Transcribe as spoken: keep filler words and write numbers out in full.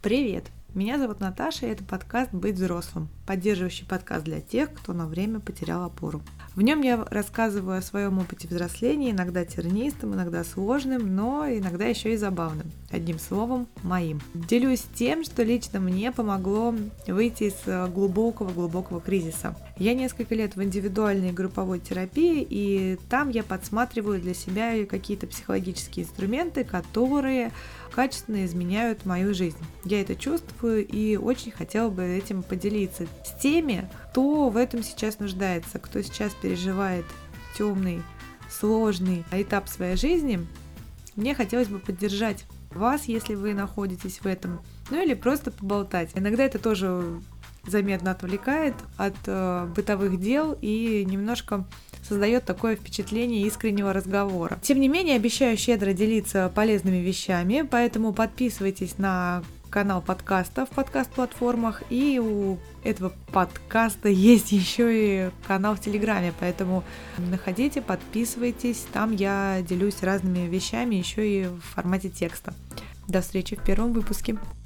Привет! Меня зовут Наташа, и это подкаст «Быть взрослым», поддерживающий подкаст для тех, кто на время потерял опору. В нем я рассказываю о своем опыте взросления, иногда тернистым, иногда сложным, но иногда еще и забавным. Одним словом, моим. Делюсь тем, что лично мне помогло выйти из глубокого-глубокого кризиса. Я несколько лет в индивидуальной и групповой терапии, и там я подсматриваю для себя какие-то психологические инструменты, которые качественно изменяют мою жизнь. Я это чувствую и очень хотела бы этим поделиться с теми, кто в этом сейчас нуждается, кто сейчас переживает темный, сложный этап своей жизни. Мне хотелось бы поддержать вас, если вы находитесь в этом, ну или просто поболтать. Иногда это тоже заметно отвлекает от э, бытовых дел и немножко создает такое впечатление искреннего разговора. Тем не менее, обещаю щедро делиться полезными вещами, поэтому подписывайтесь на канал подкаста в подкаст-платформах, и у этого подкаста есть еще и канал в Телеграме, поэтому находите, подписывайтесь, там я делюсь разными вещами еще и в формате текста. До встречи в первом выпуске.